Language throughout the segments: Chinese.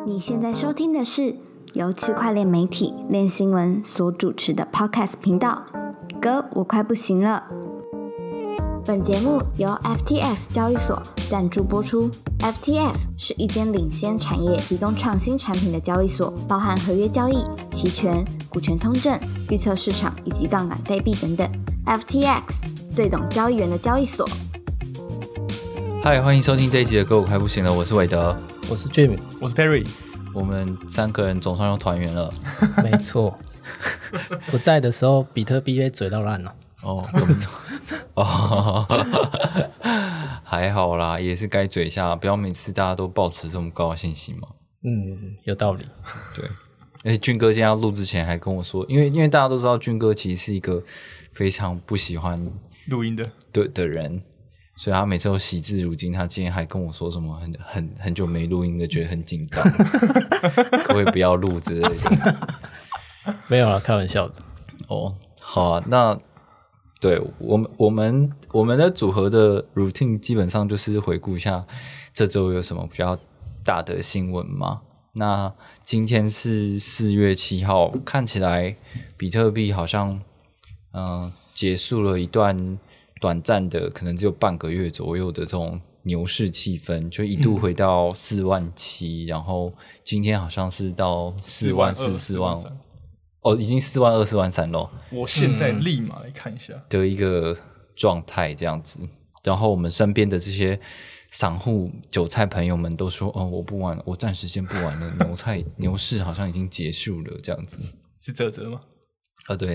你现在收听的是由区块链媒体链新闻所主持的 Podcast 频道。哥，我快不行了。本节目由 FTX 交易所赞助播出。FTX 是一间领先产业提供创新产品的交易所，包含合约交易、期权、股权通证、预测市场以及杠杆代币等等。FTX 最懂交易员的交易所。 嗨，欢迎收听这一集的歌我快不行了，我是韦德， 我是 Jim， 我是 Perry， 我们三个人总算又团圆了。 没错，不在的时候比特币被嘴到烂了。 哦，怎么做？哦，还好啦，也是该嘴一下，不要每次大家都抱持这么高的信心嘛。 有道理。 对，而且俊哥今天要录之前还跟我说，因为大家都知道俊哥其实是一个非常不喜欢录音的人，所以他每次都惜字如金。他今天还跟我说什么很久没录音的，觉得很紧张，可不可以不要录之类的？ 没有啦，开玩笑的。 哦，好啊，那对我们的组合的 routine 基本上就是回顾一下这周有什么比较大的新闻嘛。那今天是4月7号，看起来比特币好像结束了一段短暂的可能只有半个月左右的这种牛市气氛，就一度回到47000，然后今天好像是到44000、45000。哦，已经42000、43000了。 我现在立马来看一下的一个状态这样子。然后我们身边的这些散户韭菜朋友们都说：“哦，我不玩了，我暂时先不玩了。牛市好像已经结束了，这样子。” 是泽吗？ 对，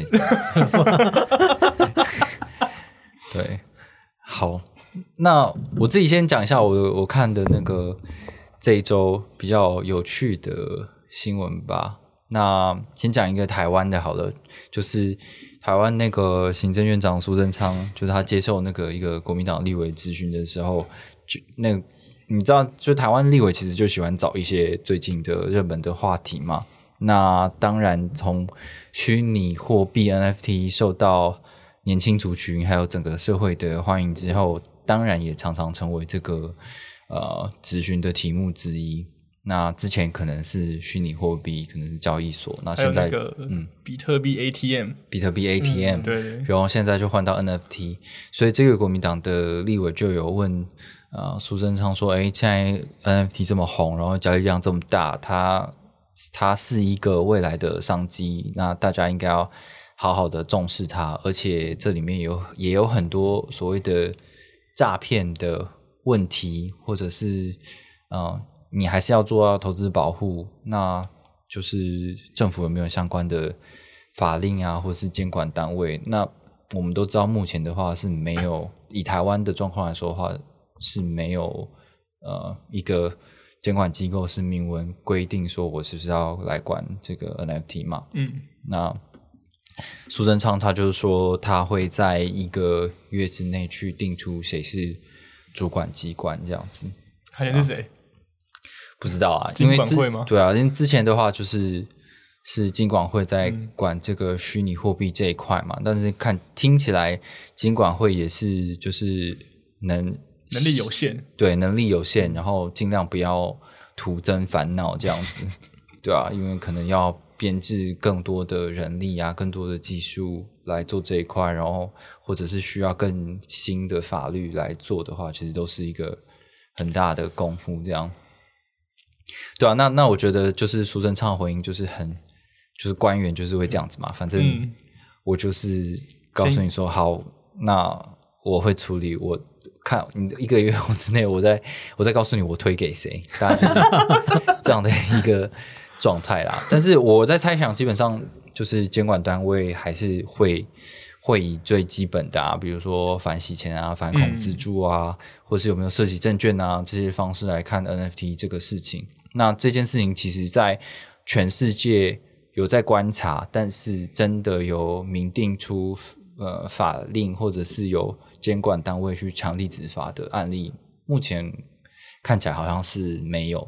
对，好。那我自己先讲一下我看的那个这一周比较有趣的新闻吧。那先讲一个台湾的好了，就是台湾那个行政院长苏贞昌，就是他接受那个一个国民党立委质询的时候，你知道，就台湾立委其实就喜欢找一些最近的热门的话题嘛。那当然，从虚拟货币 NFT 受到年轻族群还有整个社会的欢迎之后，当然也常常成为这个质询的题目之一。那之前可能是虚拟货币，可能是交易所，那现在还有那个比特币 ATM， 比特币 ATM， 对， 然后现在就换到 NFT， 所以这个国民党的立委就有问苏贞昌说：“现在 NFT 这么红，然后交易量这么大，它是一个未来的商机，那大家应该要好好的重视它，而且这里面也有很多所谓的诈骗的问题，或者是你还是要做到投资保护，那就是政府有没有相关的法令啊，或是监管单位？那我们都知道，目前的话是没有，以台湾的状况来说的话，是没有一个监管机构是明文规定说我是不是要来管这个 NFT 嘛？那苏贞昌他就是说他会在1个月之内去定出谁是主管机关这样子。 看见是谁？ 不知道啊，因为金管会吗？ 对啊，因为之前的话是金管会在管这个虚拟货币这一块嘛，但是听起来金管会也是就是能力有限，对，能力有限，然后尽量不要徒增烦恼这样子，对啊，因为可能要编制更多的人力啊，更多的技术来做这一块，然后或者是需要更新的法律来做的话，其实都是一个很大的功夫这样。对啊，那我觉得就是苏贞昌的回应就是就是官员就是会这样子嘛，反正我就是告诉你说好，那我会处理，我看你1个月之内我再告诉你我推给谁，大概就是这样的一个状态啦。但是我在猜想，基本上就是监管单位还是会以最基本的比如说反洗钱啊、反恐自助啊，或是有没有涉及证券啊这些方式来看 NFT 这个事情。那这件事情其实在全世界有在观察，但是真的有明定出法令或者是有监管单位去强力执法的案例，目前看起来好像是没有。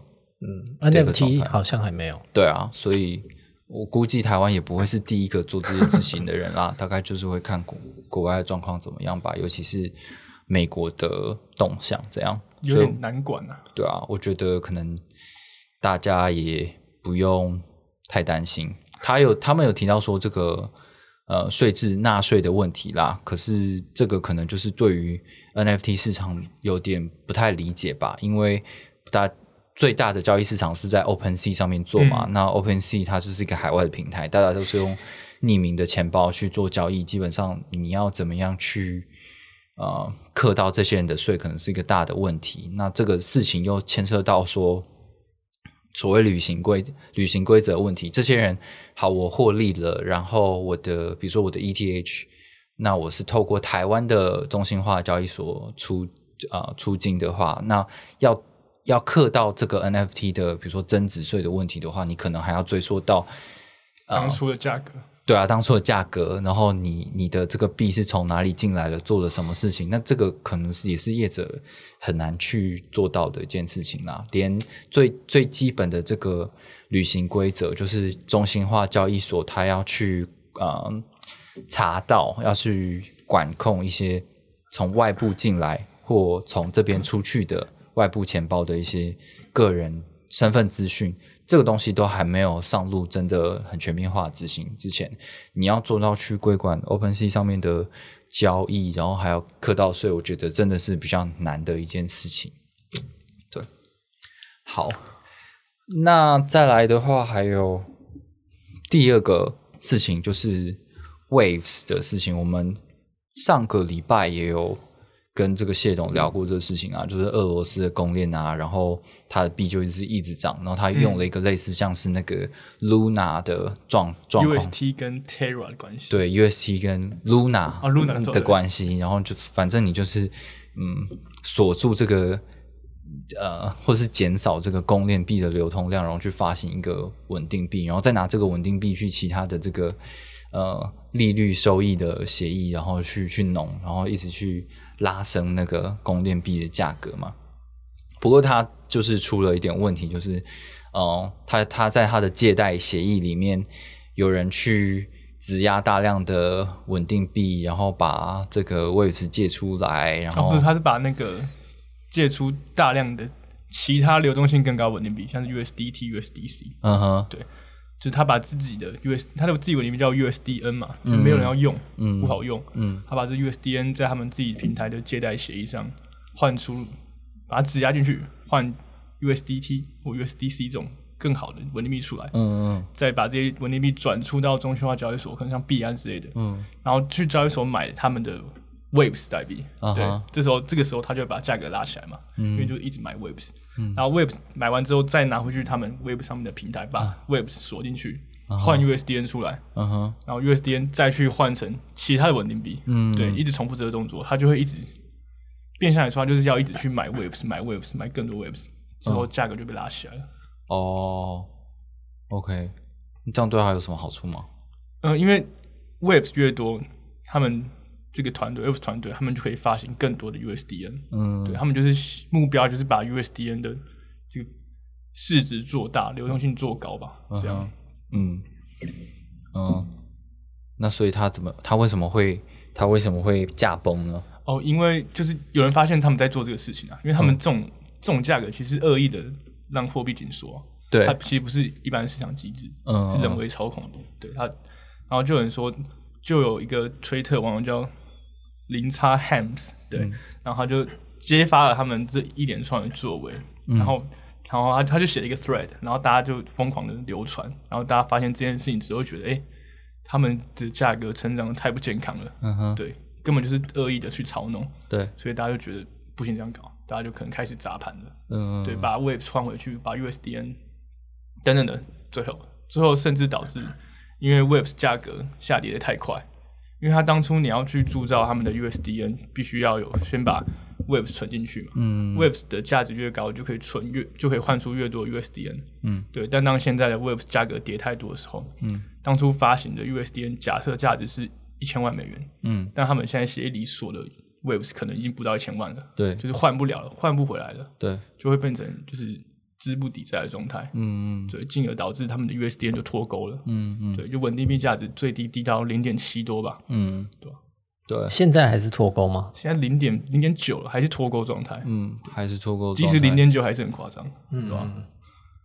NFT 好像还没有。 对啊，所以我估计台湾也不会是第一个做这件事情的人啦，大概就是会看国外的状况怎么样吧，尤其是美国的动向这样， 有点难管啊。 对啊，我觉得可能大家也不用太担心。他们有提到说这个税制纳税的问题啦，可是这个可能就是对于 NFT 市场有点不太理解吧，因为最大的交易市场是在 OpenSea 上面做嘛，那 OpenSea 它就是一个海外的平台，大家都是用匿名的钱包去做交易，基本上你要怎么样去课到这些人的税可能是一个大的问题。那这个事情又牵涉到说所谓履行规则的问题，这些人好我获利了，然后比如说我的 ETH， 那我是透过台湾的中心化交易所出金的话，那要课到这个 NFT 的比如说增值税的问题的话，你可能还要追溯到当初的价格。 对啊，当初的价格，然后你的这个币是从哪里进来的，做了什么事情，那这个可能也是业者很难去做到的一件事情啦。连最基本的这个履行规则，就是中心化交易所它要去查到，要去管控一些从外部进来或从这边出去的外部钱包的一些个人身份资讯，这个东西都还没有上路真的很全面化执行之前，你要做到去规管 OpenSea 上面的交易，然后还要课到税，我觉得真的是比较难的一件事情。对，好，那再来的话还有第二个事情就是 Waves 的事情，我们上个礼拜也有跟这个谢董聊过这个事情啊，就是俄罗斯的公链啊，然后它的币就一直涨，然后他用了一个类似像是那个 Luna 的状况 UST 跟 Terra 的关系， 对 UST 跟 Luna 的关系，然后就反正你就是锁住这个或是减少这个公链币的流通量，然后去发行一个稳定币，然后再拿这个稳定币去其他的这个利率收益的协议，然后去弄，然后一直去拉升那个公链币的价格嘛。不过它就是出了一点问题，就是它在它的借贷协议里面有人去质押大量的稳定币，然后把这个Waves借出来，然后不是，他是把那个借出大量的其他流动性更高稳定币，像是 USDT、USDC，对。就是他把自己的他的自己稳定币叫 USDN 嘛，就没有人要用，不好用。他把这 USDN 在他们自己平台的借贷协议上换出，把它质押进去，换 USDT 或 USDC 这种更好的稳定币出来。再把这些稳定币转出到中心化交易所，可能像币安之类的。然后去交易所买他们的 Waves 代币。对，这个时候他就会把价格拉起来嘛，因为就一直买 Waves。然后 Waves 买完之后，再拿回去他们 Waves 上面的平台，把 Waves 锁进去，换 USDN 出来，然后 USDN 再去换成其他的稳定币，对，一直重复这个动作，他就会一直变相来说，他就是要一直去买 Waves， 买更多 Waves， 之后价格就被拉起来了。 OK， 这样对他有什么好处吗？ 因为 Waves 越多，他们这个团队 Waves 团队，他们就可以发行更多的 USDN。对，他们就是目标就是把 USDN 的这个市值做大，流动性做高吧，这样。 那所以他为什么会驾崩呢？ 因为就是有人发现他们在做这个事情啊，因为他们这种价格其实恶意的让货币紧缩，对，它其实不是一般的市场机制，是人为操控的。对它，然后就有人说，就有一个推特网友叫0x Hams， 对，然后他就揭发了他们这一连串的作为，然后他就写了一个 thread， 然后大家就疯狂的流传，然后大家发现这件事情之后，觉得他们的价格成长的太不健康了，对，根本就是恶意的去操弄，对，所以大家就觉得不行这样搞，大家就可能开始砸盘了，对，把 Waves 换回去，把 USDN 等等的，最后甚至导致因为 Waves 价格下跌的太快。因为他当初你要去铸造他们的 USDN， 必须要先把 Waves 存进去嘛，Waves 的价值越高，就可以换出越多 USDN，对。但当现在的 Waves 价格跌太多的时候，当初发行的 USDN 假设价值是1000万美元，但他们现在协议里锁的 Waves 可能已经不到1000万了，对，就是换不了了，换不回来了，对，就会变成就是资不抵债的状态，对，进而导致他们的 USDN 就脱钩了，对，就稳定币价值最低到 0.7 多吧，对吧？ 对，现在还是脱钩吗？ 现在 0.9 了，还是脱钩状态， 还是脱钩状态， 即使 0.9 还是很夸张，对吧？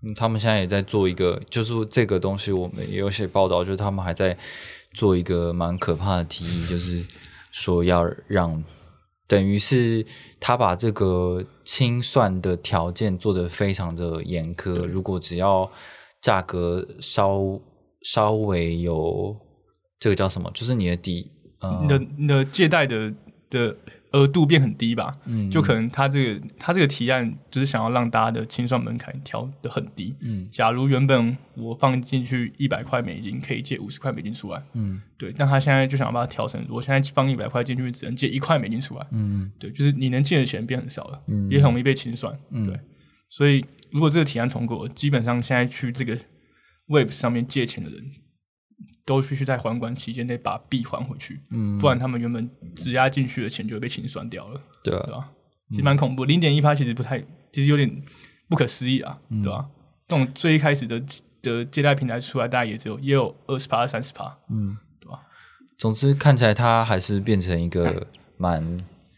他们现在也在做一个，就是这个东西我们也有写报道，就是他们还在做一个蛮可怕的提议，就是说要让，等于是他把这个清算的条件做得非常的严苛，如果只要价格稍微有这个叫什么，就是你的你的借贷的额度变很低吧，就可能他这个提案就是想要让大家的清算门槛调得很低。假如原本我放进去100块美金可以借50块美金出来，对，但他现在就想要把它调成，我现在放100块进去只能借1块美金出来，对，就是你能借的钱变很少了，也很容易被清算，对，所以如果这个提案通过，基本上现在去这个 Web 上面借钱的人都必须在还款期间内把币还回去，不然他们原本质押进去的钱就会被清算掉了， 对吧？其实蛮恐怖，0.1% 其实有点不可思议啊，对吧？那种最一开始的借贷平台出来，大概也有20% 30%，对吧？ 总之看起来它还是变成一个蛮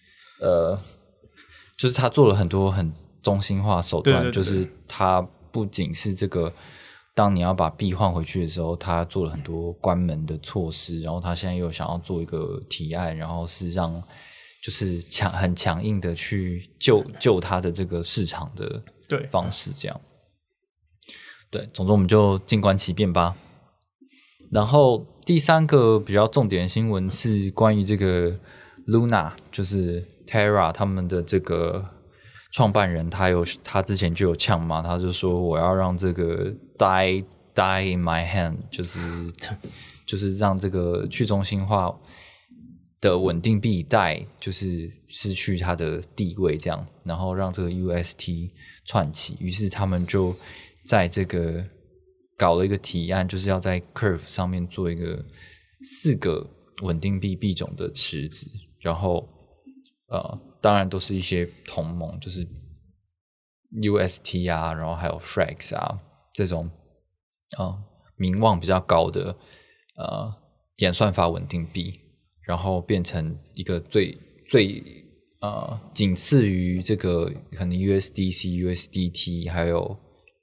就是他做了很多很中心化手段，对，就是他不仅是这个。当你要把币换回去的时候，他做了很多关门的措施，然后他现在又想要做一个提案，然后是让就是很强硬的去救他的这个市场的方式，这样。对，总之我们就静观其变吧。然后第三个比较重点的新闻是关于这个 Luna， 就是 Terra 他们的这个创办人，他之前就有呛嘛，他就说我要让这个 die in my hand， 就是让这个去中心化的稳定币带就是失去它的地位，这样，然后让这个 UST 窜起。于是他们就在这个搞了一个提案，就是要在 Curve 上面做一个4个稳定币币种的池子，然后当然都是一些同盟，就是 UST 啊，然后还有 Frax 啊这种名望比较高的演算法稳定币，然后变成一个最仅次于这个可能 USDC、USDT 还有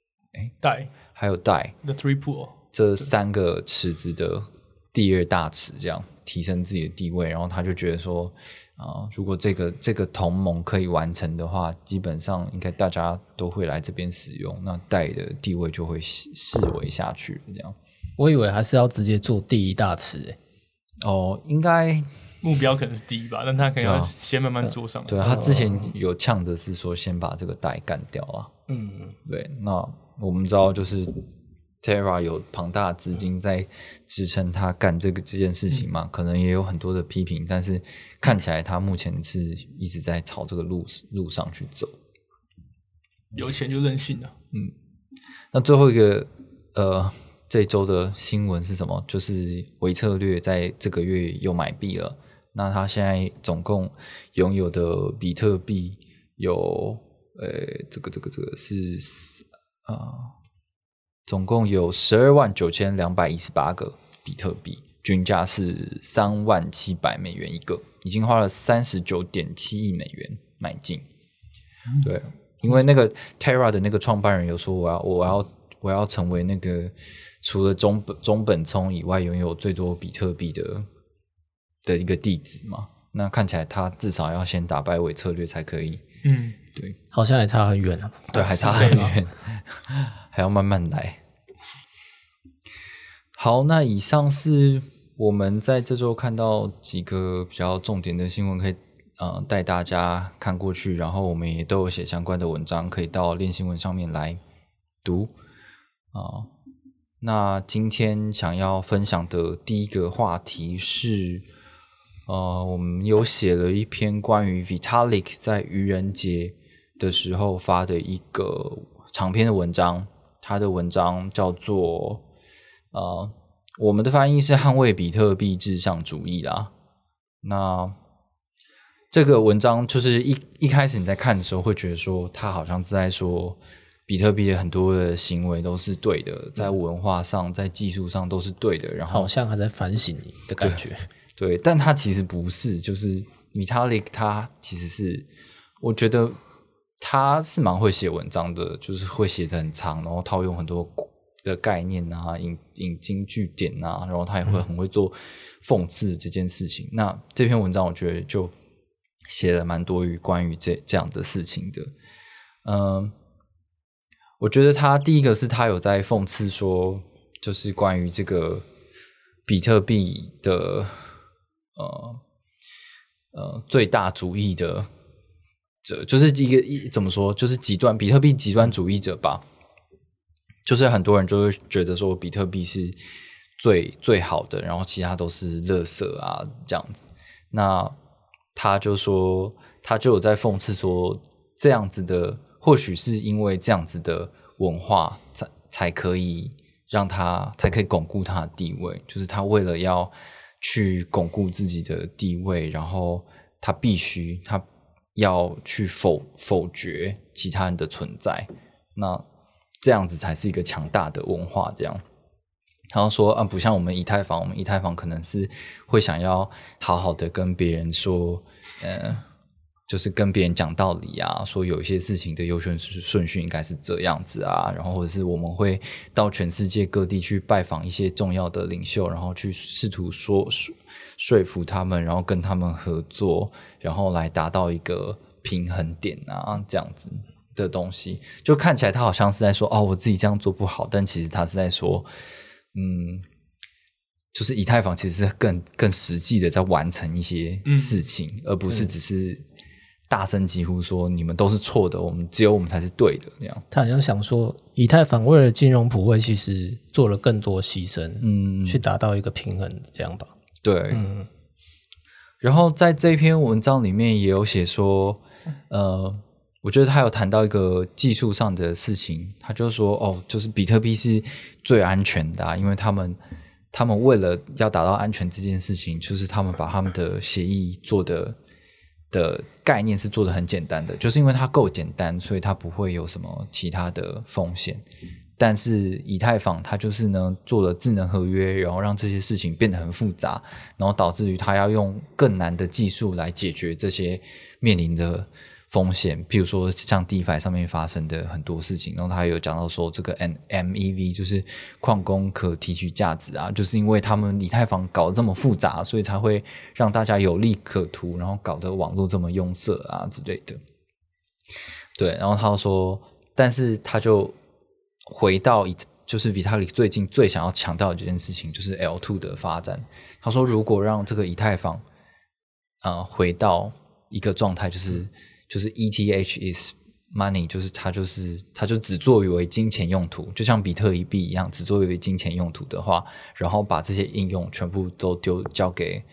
DAI The Three Pool 这3个池子的第2大池，这样提升自己的地位。然后他就觉得说如果这个同盟可以完成的话，基本上应该大家都会来这边使用，那DAI的地位就会式微下去了。这样， 我以为还是要直接做第1大池应该目标可能是低吧，但他可能要先慢慢做上来。 对，他之前有呛的是说先把这个DAI干掉啊。对，那我们知道就是 Terra 有庞大的资金在支撑他干这件事情嘛，可能也有很多的批评，但是看起来他目前是一直在朝这个路上去走。 有钱就任性了。 那最后一个这周的新闻是什么？就是微策略在这个月又买币了。那他现在总共拥有的比特币有这个是总共有129218个比特币，均价是37000美元一个，已经花了39.7亿美元买进。对，因为那个 Terra 的那个创办人有说我要成为那个除了中本聪以外拥有最多比特币的一个弟子嘛，那看起来他至少要先打败微策略才可以。对， 好像还差很远啊。 对，还差很远，还要慢慢来。好，那以上是我们在这周看到几个比较重点的新闻，可以带大家看过去，然后我们也都有写相关的文章，可以到链新闻上面来读。那今天想要分享的第一个话题是我们有写了一篇关于 Vitalik 在愚人节的时候发的一个长篇的文章，他的文章叫做我们的翻译是捍卫比特币至上主义啦。那这个文章就是一开始你在看的时候会觉得说他好像是在说比特币的很多的行为都是对的，在文化上在技术上都是对的，然后好像还在反省你的感觉。 对，但他其实不是，就是 Vitalik 他其实是我觉得他是蛮会写文章的，就是会写得很长，然后套用很多的概念啊，引经据典啊，然后他也会很会做讽刺这件事情。那这篇文章我觉得就写了蛮多关于这样的事情的。我觉得他第一个是他有在讽刺说，就是关于这个比特币的最大主义的者，就是怎么说，就是比特币极端主义者吧。就是很多人就会觉得说比特币是最好的，然后其他都是垃圾啊这样子。那他就说，他就有在讽刺说，这样子的或许是因为这样子的文化才可以让他才可以巩固他的地位，就是他为了要去巩固自己的地位，然后他要去否决其他人的存在，那这样子才是一个强大的文化。这样然后说不像我们以太坊可能是会想要好好的跟别人说就是跟别人讲道理啊，说有一些事情的优先顺序应该是这样子啊，然后或者是我们会到全世界各地去拜访一些重要的领袖，然后去试图说服他们，然后跟他们合作，然后来达到一个平衡点啊，这样子的东西。就看起来他好像是在说我自己这样做不好，但其实他是在说就是以太坊其实是更实际的在完成一些事情，而不是只是大声疾呼说你们都是错的，只有我们才是对的那样。 他好像想说以太坊为了金融普惠其实做了更多牺牲，去达到一个平衡这样吧。 对，然后在这篇文章里面也有写说我觉得他有谈到一个技术上的事情，他就说就是比特币是最安全的因为他们为了要达到安全这件事情，就是他们把他们的协议做的概念是做得很简单的，就是因为它够简单，所以它不会有什么其他的风险。但是以太坊它就是呢做了智能合约，然后让这些事情变得很复杂，然后导致于它要用更难的技术来解决这些面临的风险，譬如说像 DeFi 上面发生的很多事情。然后他有讲到说这个 MEV 就是矿工可提取价值啊，就是因为他们以太坊搞得这么复杂，所以才会让大家有利可图，然后搞得网络这么拥塞啊之类的。对，然后他说但是他就回到就是 Vitalik 最近最想要强调的这件事情，就是 L2 的发展。他说如果让这个以太坊回到一个状态，就是 ETH is money， 就是它就只作为金钱用途，就像比特币一样只作为金钱用途的话，然后把这些应用全部都交给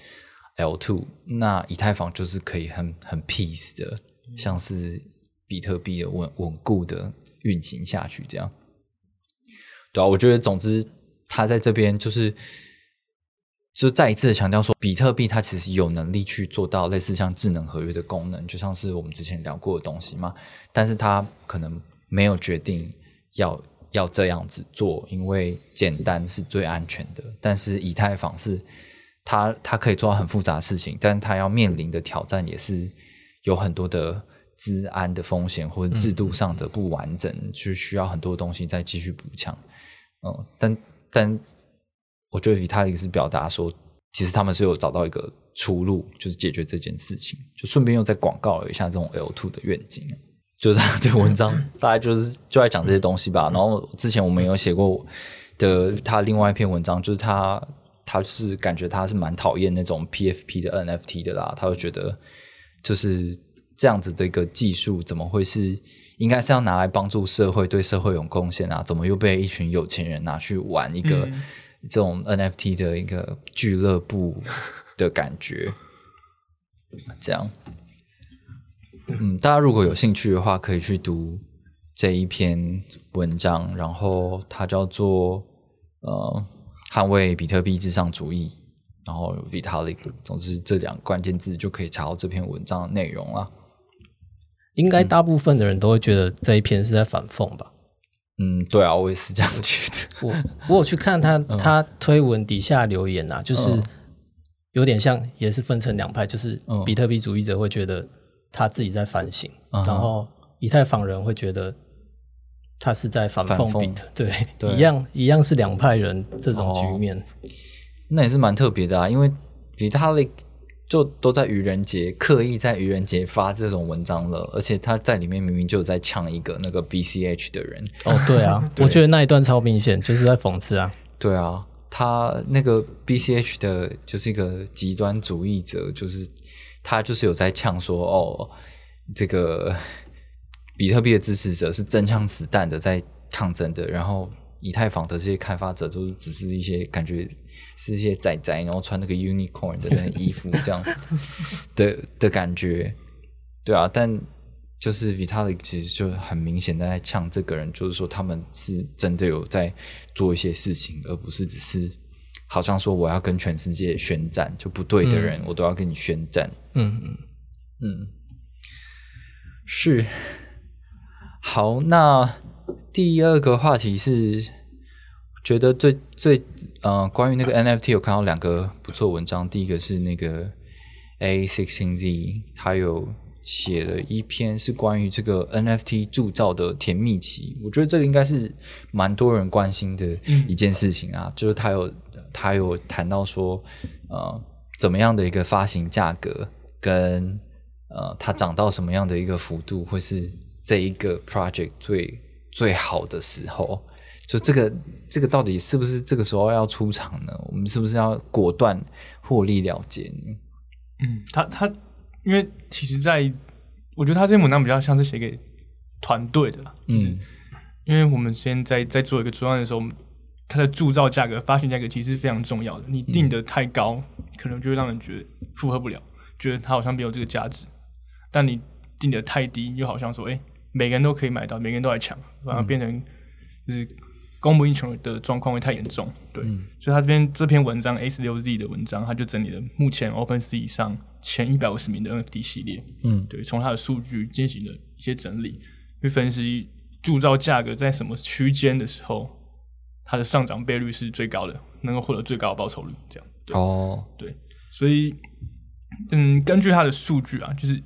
L2， 那以太坊就是可以很 peace 的像是比特币的稳固的运行下去这样。对啊，我觉得总之他在这边就再一次的强调说，比特币它其实有能力去做到类似像智能合约的功能，就像是我们之前聊过的东西嘛，但是它可能没有决定要这样子做，因为简单是最安全的。但是以太坊是它可以做到很复杂的事情，但是它要面临的挑战也是有很多的资安的风险或者制度上的不完整，就需要很多东西再继续补强。但我觉得 Vitalik 是表达说其实他们是有找到一个出路，就是解决这件事情，就顺便又再广告了一下这种 L2 的愿景。就是他的文章大概就在讲这些东西吧。然后之前我们有写过的他另外一篇文章，就是他是感觉他是蛮讨厌那种 PFP 的 NFT 的啦，他就觉得就是这样子的一个技术怎么会是应该是要拿来帮助社会，对社会有贡献啊，怎么又被一群有钱人拿去玩一个这种 NFT 的一个俱乐部的感觉这样。大家如果有兴趣的话可以去读这一篇文章，然后它叫做捍卫比特币至上主义，然后 Vitalik， 总之这两个关键字就可以查到这篇文章的内容啦。 应该大部分的人都会觉得这一篇是在反讽吧。 对啊，我也是这样觉得。我有去看他推文底下留言啊，就是有点像也是分成两派，就是比特币主义者会觉得他自己在反省，然后以太坊人会觉得他是在反讽 Bit， 对，一样是两派人这种局面， 那也是蛮特别的啊，因为 Vitalik 就都在愚人节刻意在愚人节发这种文章了，而且他在里面明明就有在呛一个那个 BCH 的人。 对啊，我觉得那一段超明显，就是在讽刺啊。 对啊，他那个 BCH 的就是一个极端主义者，就是他就是有在呛说这个比特币的支持者是真枪实弹的在抗争的，然后以太坊的这些开发者都只是一些感觉是一些仔仔，然后穿那个 unicorn 的那个衣服这样的感觉。对啊，但就是 Vitalik 其实就很明显的在呛这个人，就是说他们是真的有在做一些事情，而不是只是好像说我要跟全世界宣战，就不对的人我都要跟你宣战。是。好，那第二个话题是觉得最关于那个 NFT 有看到2个不错文章，第一个是那个 A16Z 他有写了一篇是关于这个 NFT 铸造的甜蜜期，我觉得这个应该是蛮多人关心的一件事情啊，就是他有谈到说怎么样的一个发行价格跟它涨到什么样的一个幅度会是这一个 project 最好的时候，就这个到底是不是这个时候要出场呢？我们是不是要果断获利了结呢？ 他因为其实我觉得他这篇文章比较像是写给团队的啦，因为我们现在在做一个专案的时候，它的铸造价格、发行价格其实是非常重要的。你定的太高，可能就会让人觉得负荷不了，觉得它好像没有这个价值；但你定的太低，又好像说，每个人都可以买到，每个人都来抢，反而变成就是供不应求的状况会太严重。对，所以他这篇文章 A16Z 的文章，他就整理了目前 OpenSea 上前150名的 NFT 系列，对，从他的数据进行了一些整理，去分析铸造价格在什么区间的时候，它的上涨倍率是最高的，能够获得最高的报酬率，这样。对，对，所以根据他的数据啊，就是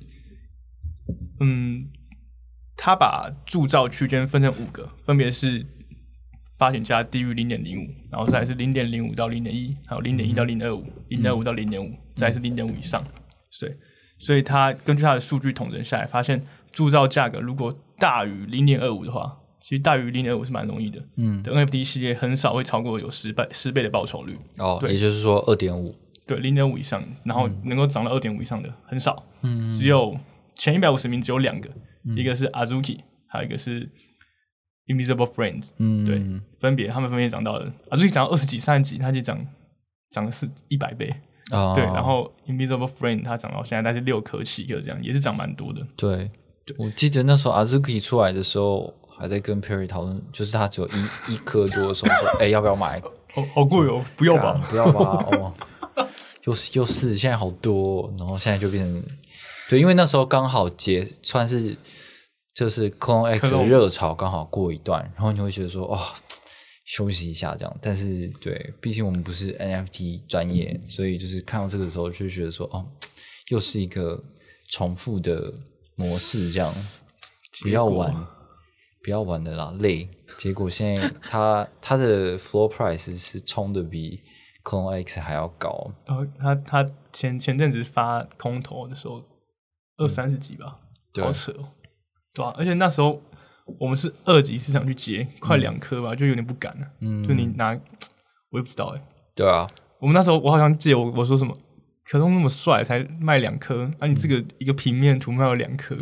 他把铸造区间分成5个，分别是发行价低于 0.05， 然后再来是 0.05 到 0.1， 还有 0.1 到 0.25， 0.25 到 0.5， 再来是 0.5 以上。对，所以他根据他的数据统整下来，发现铸造价格如果大于 0.25 的话，其实大于 0.25 是蛮容易的。的 NFT 系列很少会超过有10倍的报酬率。 也就是说 2.5。对， 0.5 以上，然后能够涨到 2.5 以上的很少。只有前150名只有2个，一个是 Azuki， 还有一个是 Invisible Friend。对，他们分别涨到了 Azuki 涨到20几、30几，它就涨的是100倍。对，然后 Invisible Friend 它涨到现在大概是6颗、7颗这样，也是涨蛮多的。 对，我记得那时候 Azuki 出来的时候，还在跟 Perry 讨论，就是他只有一颗多的时候说，要不要买？ 好贵哦，不要吧， 不要吧，又是现在好多，然后现在就变成对，因为那时候刚好算是就是 Clone X 的热潮刚好过一段，然后你会觉得说休息一下这样，但是对，毕竟我们不是 NFT 专业，所以就是看到这个时候就觉得说又是一个重复的模式这样，不要玩的啦，累。结果现在它的 floor price 是冲的比 Clone X 还要高。 他前阵子发空投的时候20-30几吧，好扯哦，对吧？而且那时候我们是2级市场去接，快2颗吧，就有点不敢了。就你拿，我也不知道对啊， 我们那时候我好像记得我说什么，可动那么帅才卖2颗，你这个一个平面图卖了2颗，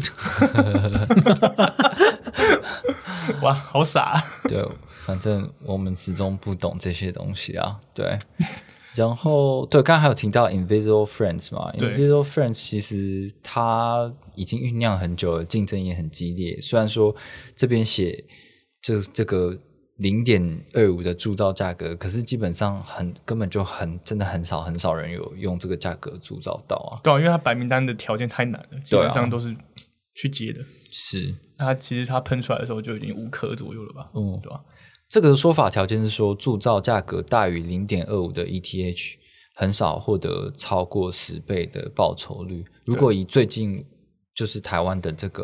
哇，好傻啊！ 对，反正我们始终不懂这些东西啊。对，然后对，刚才还有提到 Invisible Friends 嘛 ，Invisible Friends 其实它已经酝酿很久了，竞争也很激烈。虽然说这边写这个 0.25 的铸造价格，可是基本上根本就真的很少人有用这个价格铸造到啊。 对啊，因为它白名单的条件太难了，基本上都是去接的。 是， 其实它喷出来的时候就已经5颗左右了吧？对吧？ 这个说法条件是说，铸造价格大于 0.25 的 ETH 很少获得超过10倍的报酬率。如果以最近就是台湾的这个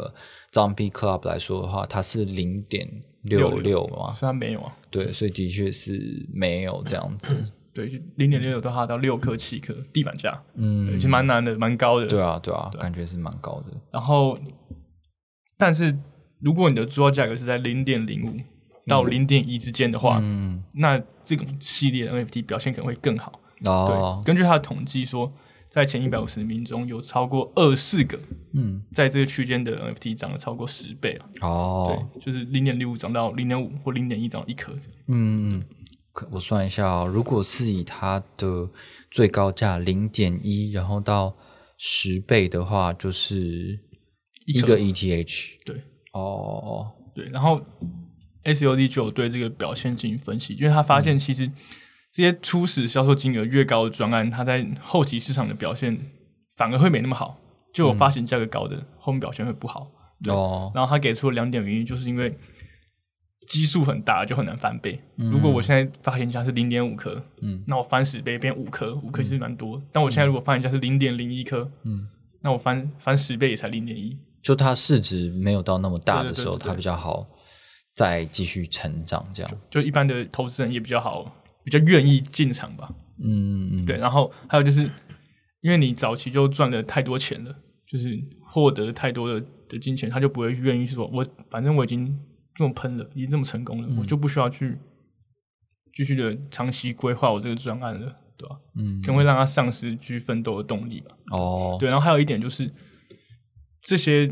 Zombie Club 来说的话，它是 0.66 嘛， 所以它没有啊。 对，所以的确是没有这样子。 对，0.66的话到6颗7颗地板价，其实蛮难的，蛮高的。 对啊，感觉是蛮高的。 然后，但是如果你的铸造价格是在 0.05 到 0.1 之间的话，那这种系列的 NFT 表现可能会更好。对，根据他的统计说，在前150名中有超过24个，在这个区间的 NFT 涨了超过10倍对，就是 0.65 涨到 0.5 或 0.1 涨到1颗。 我算一下如果是以它的最高价 0.1 然后到10倍的话，就是一个 ETH。 对，对，然后 SOD 就有对这个表现进行分析，因为他发现其实这些初始销售金额越高的专案，它在后期市场的表现反而会没那么好，就有发行价格高的后面表现会不好。对，然后他给出了2点原因，就是因为基数很大就很难翻倍。如果我现在发行价是 0.5 颗，那我翻10倍变5颗，5颗其实蛮多。但我现在如果发行价是 0.01 颗，那我翻10倍也才 0.1。 就它市值没有到那么大的时候，它比较好再继续成长，这样就一般的投资人也比较好，比较愿意进场吧。对。然后还有就是，因为你早期就赚了太多钱了，就是获得太多的金钱，他就不会愿意说，反正我已经这么喷了，已经这么成功了，我就不需要去继续的长期规划我这个专案了，对吧？可能会让他丧失继续奋斗的动力吧。对。然后还有一点就是，这些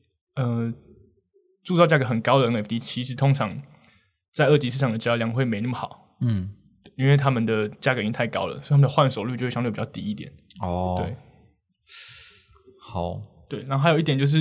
铸造价格很高的 NFT， 其实通常在二级市场的交易量会没那么好。因为他们的价格已经太高了，所以他们的换手率就会相对比较低一点。对。 好。 对，然后还有一点就是，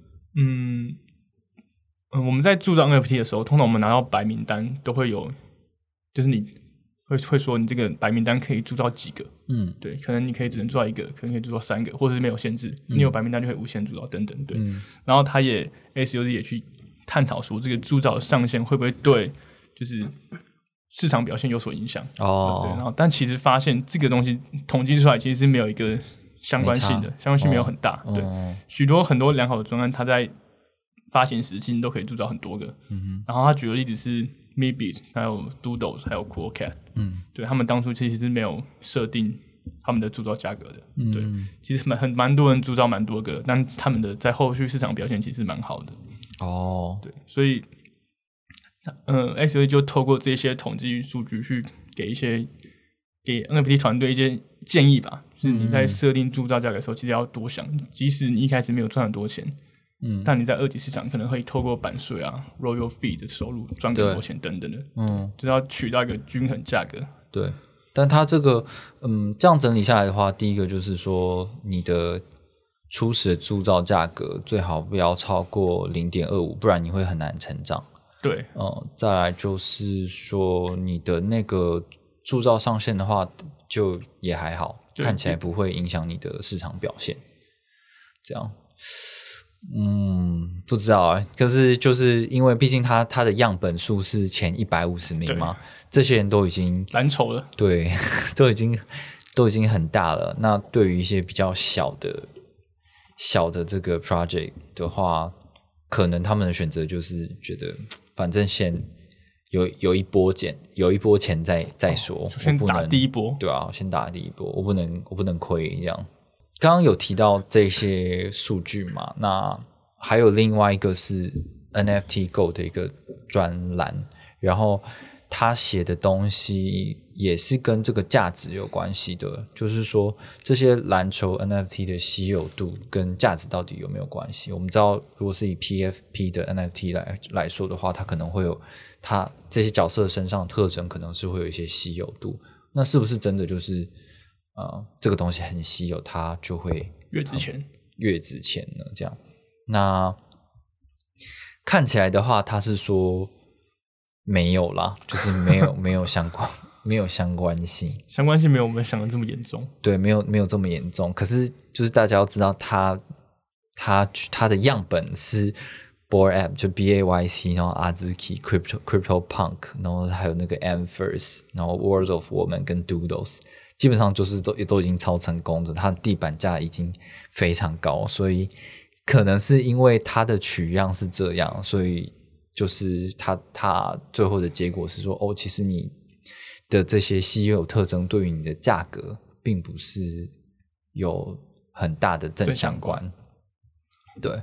我们在铸造 NFT 的时候，通常我们拿到白名单都会有，就是你会说你这个白名单可以铸造几个。对，可能你可以只能铸造1个，可能可以铸造3个，或者是没有限制，你有白名单就可以无限铸造等等。对。然后他也 SOD 也去探讨说，这个铸造的上限会不会对就是市场表现有所影响。对。然后但其实发现这个东西统计出来其实是没有一个相关性的，相关性没有很大。对。很多良好的专案，它在发行时期都可以铸造很多个。然后他举的例子是 Meebit 还有 Doodles 还有 Coolcat。对，他们当初其实是没有设定他们的铸造价格的。对，其实蛮多人铸造蛮多个，但他们的在后续市场表现其实蛮好的。对，所以SOD 就透过这些统计数据去给 NFT 团队一些建议吧，就是你在设定铸造价格的时候，其实要多想，即使你一开始没有赚很多钱，但你在二级市场可能会透过版税啊、royal fee 的收入赚更多钱等等的。就是要取到一个均衡价格。 对，但它这个这样整理下来的话，第一个就是说你的初始的铸造价格最好不要超过 0.25， 不然你会很难成长。 对。 再来就是说你的那个铸造上限的话就也还好，看起来不会影响你的市场表现。这样不知道可是就是因为毕竟他的样本数是前150名嘛，这些人都已经蓝筹了。 对，都已经很大了。那对于一些比较小的这个 project 的话，可能他们的选择就是觉得反正先有一波钱再说， 先打第一波。 对啊，先打第一波，我不能亏这样。刚刚有提到这些数据嘛，那还有另外一个是 NFT Go 的一个专栏，然后他写的东西也是跟这个价值有关系的，就是说这些蓝筹 NFT 的稀有度跟价值到底有没有关系。我们知道如果是以 PFP 的 NFT 来说的话，它可能会有它这些角色身上的特征可能是会有一些稀有度，那是不是真的就是这个东西很稀有，它就会越值钱呢？这样，那看起来的话，他是说没有啦，就是没有相关性， 相关性没有我们想的这么严重。 对，没有这么严重。可是就是大家要知道他的样本是 Bored Ape 就 BAYC， 然后 Azuki CryptoPunk， 然后还有那个 Amverse， 然后 World of Woman 跟 Doodles。基本上就是都已经超成功的，它的地板价已经非常高，所以可能是因为它的取样是这样，所以就是它最后的结果是说，哦，其实你的这些稀有特征对于你的价格并不是有很大的正相关。对，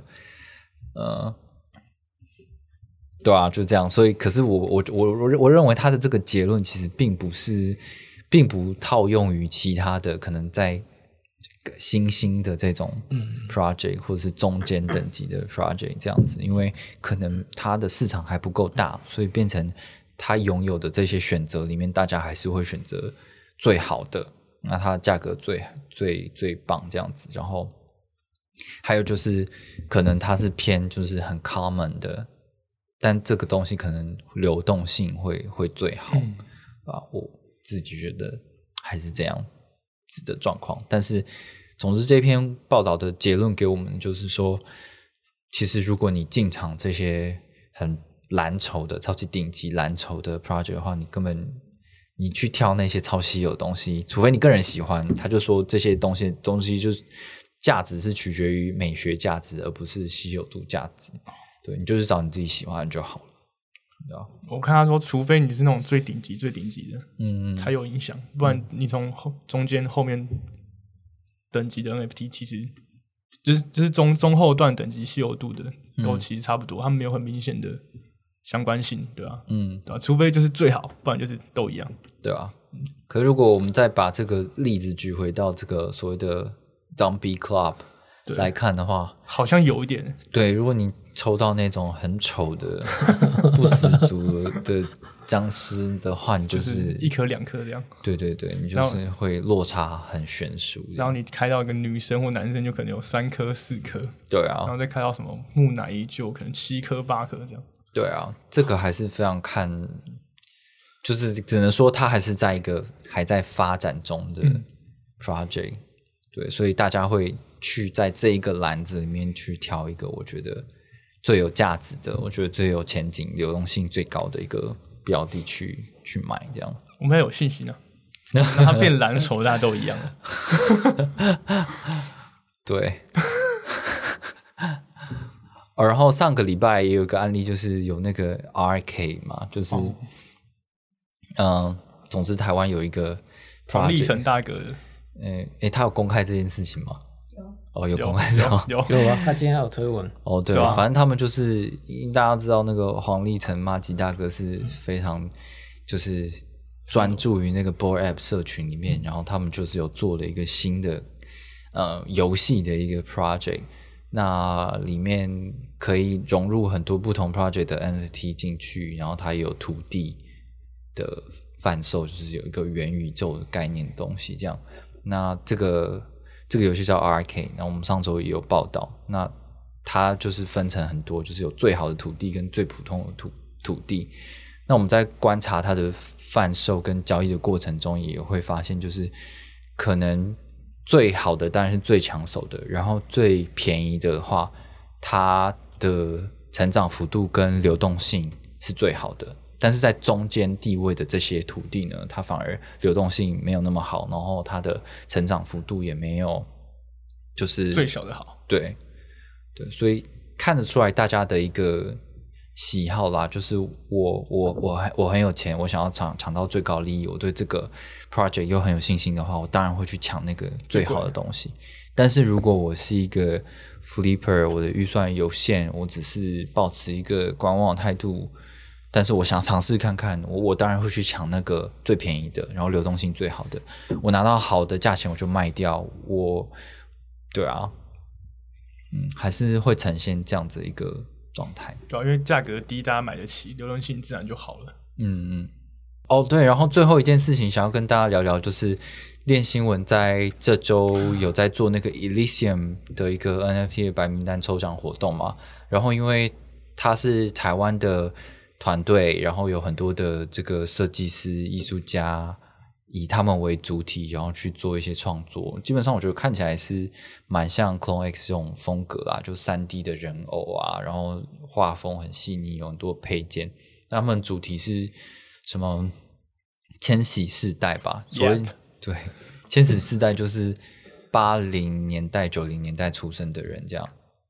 对啊，就这样。所以，可是我认为他的这个结论其实并不套用于其他的可能在新兴的这种 project 或者是中间等级的 project 这样子，因为可能它的市场还不够大，所以变成他拥有的这些选择里面，大家还是会选择最好的，那它的价格最棒这样子。然后还有就是可能它是偏就是很 common 的，但这个东西可能流动性会最好啊，我自己觉得还是这样子的状况。但是总之这篇报道的结论给我们就是说，其实如果你进场这些很蓝筹的超级顶级蓝筹的 project 的话，你去挑那些超稀有的东西，除非你个人喜欢，他就说这些东西就是价值是取决于美学价值，而不是稀有度价值。对，你就是找你自己喜欢的就好了。 我看他说，除非你是那种最顶级的，才有影响，不然你从中间后面等级的 NFT 其实就是中后段等级稀有度的都其实差不多，他们没有很明显的相关性，对吧？对吧？除非就是最好，不然就是都一样， 对吧？可是如果我们再把这个例子举回到这个所谓的 Zombie Club 来看的话， 好像有一点。 对，如果你抽到那种很丑的不死族的僵尸的话，你就是 1颗2颗这样。 对对对，你就是会落差很悬殊。 然后你开到一个女生或男生，就可能有3颗4颗。 对啊。 然后再开到什么木乃伊，就可能7颗8颗这样。 对啊，这个还是非常看，就是只能说它还是在一个还在发展中的 project。对，所以大家会去在这一个篮子里面去挑一个我觉得最有价值的，我觉得最有前景、流动性最高的一个标的去买，这样我们很有信心啊。那它变蓝筹，大家都一样了。 对。然后上个礼拜也有一个案例，就是有那个 RK 嘛，就是，总之台湾有一个黄立成大哥的， 他有公开这件事情吗？有公开有啊，他今天还有推文。 对啊，反正他们就是大家知道那个黄立成麻吉大哥是非常就是专注于那个 Bored App 社群里面，然后他们就是有做了一个新的游戏的一个 project。那里面可以融入很多不同 project 的 NFT 进去，然后它也有土地的贩售，就是有一个元宇宙的概念的东西这样。那这个游戏叫 RK， 然后我们上周也有报道。那它就是分成很多，就是有最好的土地跟最普通的土地。那我们在观察它的贩售跟交易的过程中，也会发现就是可能最好的当然是最抢手的，然后最便宜的话，它的成长幅度跟流动性是最好的，但是在中间地位的这些土地呢，它反而流动性没有那么好，然后它的成长幅度也没有就是最小的好。 对，所以看得出来大家的一个喜好啦，就是我很有钱，我想要抢到最高利益，我对这个 project 又很有信心的话，我当然会去抢那个最好的东西。但是如果我是一个 flipper， 我的预算有限，我只是抱持一个观望的态度，但是我想尝试看看，我当然会去抢那个最便宜的，然后流动性最好的，我拿到好的价钱我就卖掉。对啊，还是会呈现这样子一个状态。 对啊，因为价格低，大家买得起，流动性自然就好了。 对，然后最后一件事情想要跟大家聊聊，就是链新闻在这周有在做那个 Elysium 的一个 NFT 的白名单抽奖活动嘛，然后因为它是台湾的团队，然后有很多的这个设计师、艺术家以他们为主体，然后去做一些创作。基本上我觉得看起来是蛮像 Clone X 这种风格啊，就 3D 的人偶啊，然后画风很细腻，有很多配件。他们主题是什么千禧世代吧，所以对，千禧世代就是80年代90年代出生的人这样。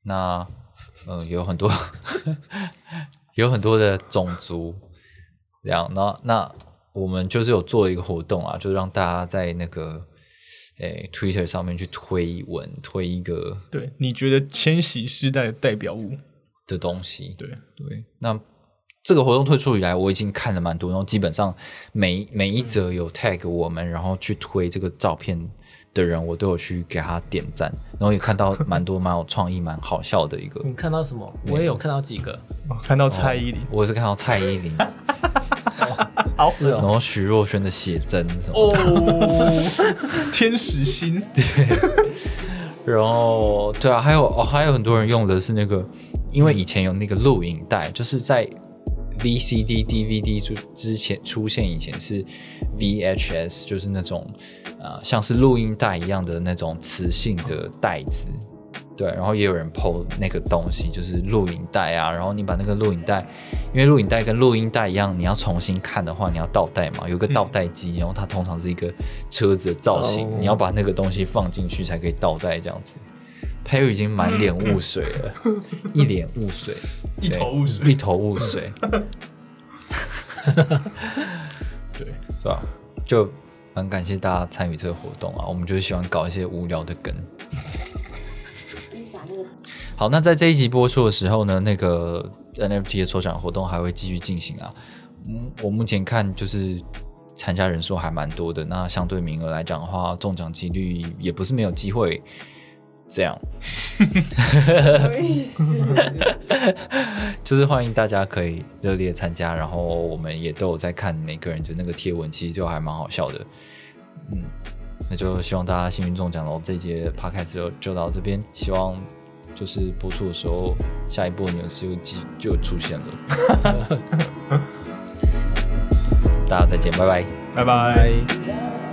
那有很多有很多的种族，这样。那我们就是有做一个活动啊，就让大家在那个Twitter 上面去推文，推一个对你觉得千禧世代的代表物的东西。 对， 那这个活动推出以来，我已经看了蛮多，然后基本上每一则有 tag 我们，然后去推这个照片的人，我都有去给他点赞，然后也看到蛮多蛮有创意、蛮好笑的一个。 你看到什么？我也有看到几个， 看到蔡依林， 我是看到蔡依林， 是哦， 然后徐若瑄的写真什么的， 天使心， 对，然后对啊，还有很多人用的是那个，因为以前有那个录影带，就是在 VCD、DVD 之前出现以前是 VHS， 就是那种像是录音带一样的那种磁性的带子，对，然后也有人 po 那个东西，就是录影带啊，然后你把那个录影带，因为录影带跟录音带一样，你要重新看的话，你要倒带嘛，有个倒带机，然后它通常是一个车子的造型，你要把那个东西放进去才可以倒带这样子。Perry 已经满脸雾水了，一脸雾水， 一头雾水， 对，是吧？就蛮感谢大家参与这个活动啊，我们就是喜欢搞一些无聊的梗。好，那在这一集播出的时候呢，那个 NFT 的抽奖活动还会继续进行啊。我目前看就是参加人数还蛮多的，那相对名额来讲的话，中奖几率也不是没有机会。这样， 什么意思？ 就是欢迎大家可以热烈参加，然后我们也都有在看每个人的那个贴文，其实就还蛮好笑的。那就希望大家幸运中奖喽！这一节 podcast 就到这边，希望就是播出的时候，下一波牛市就出现了。大家再见，拜拜， 拜拜。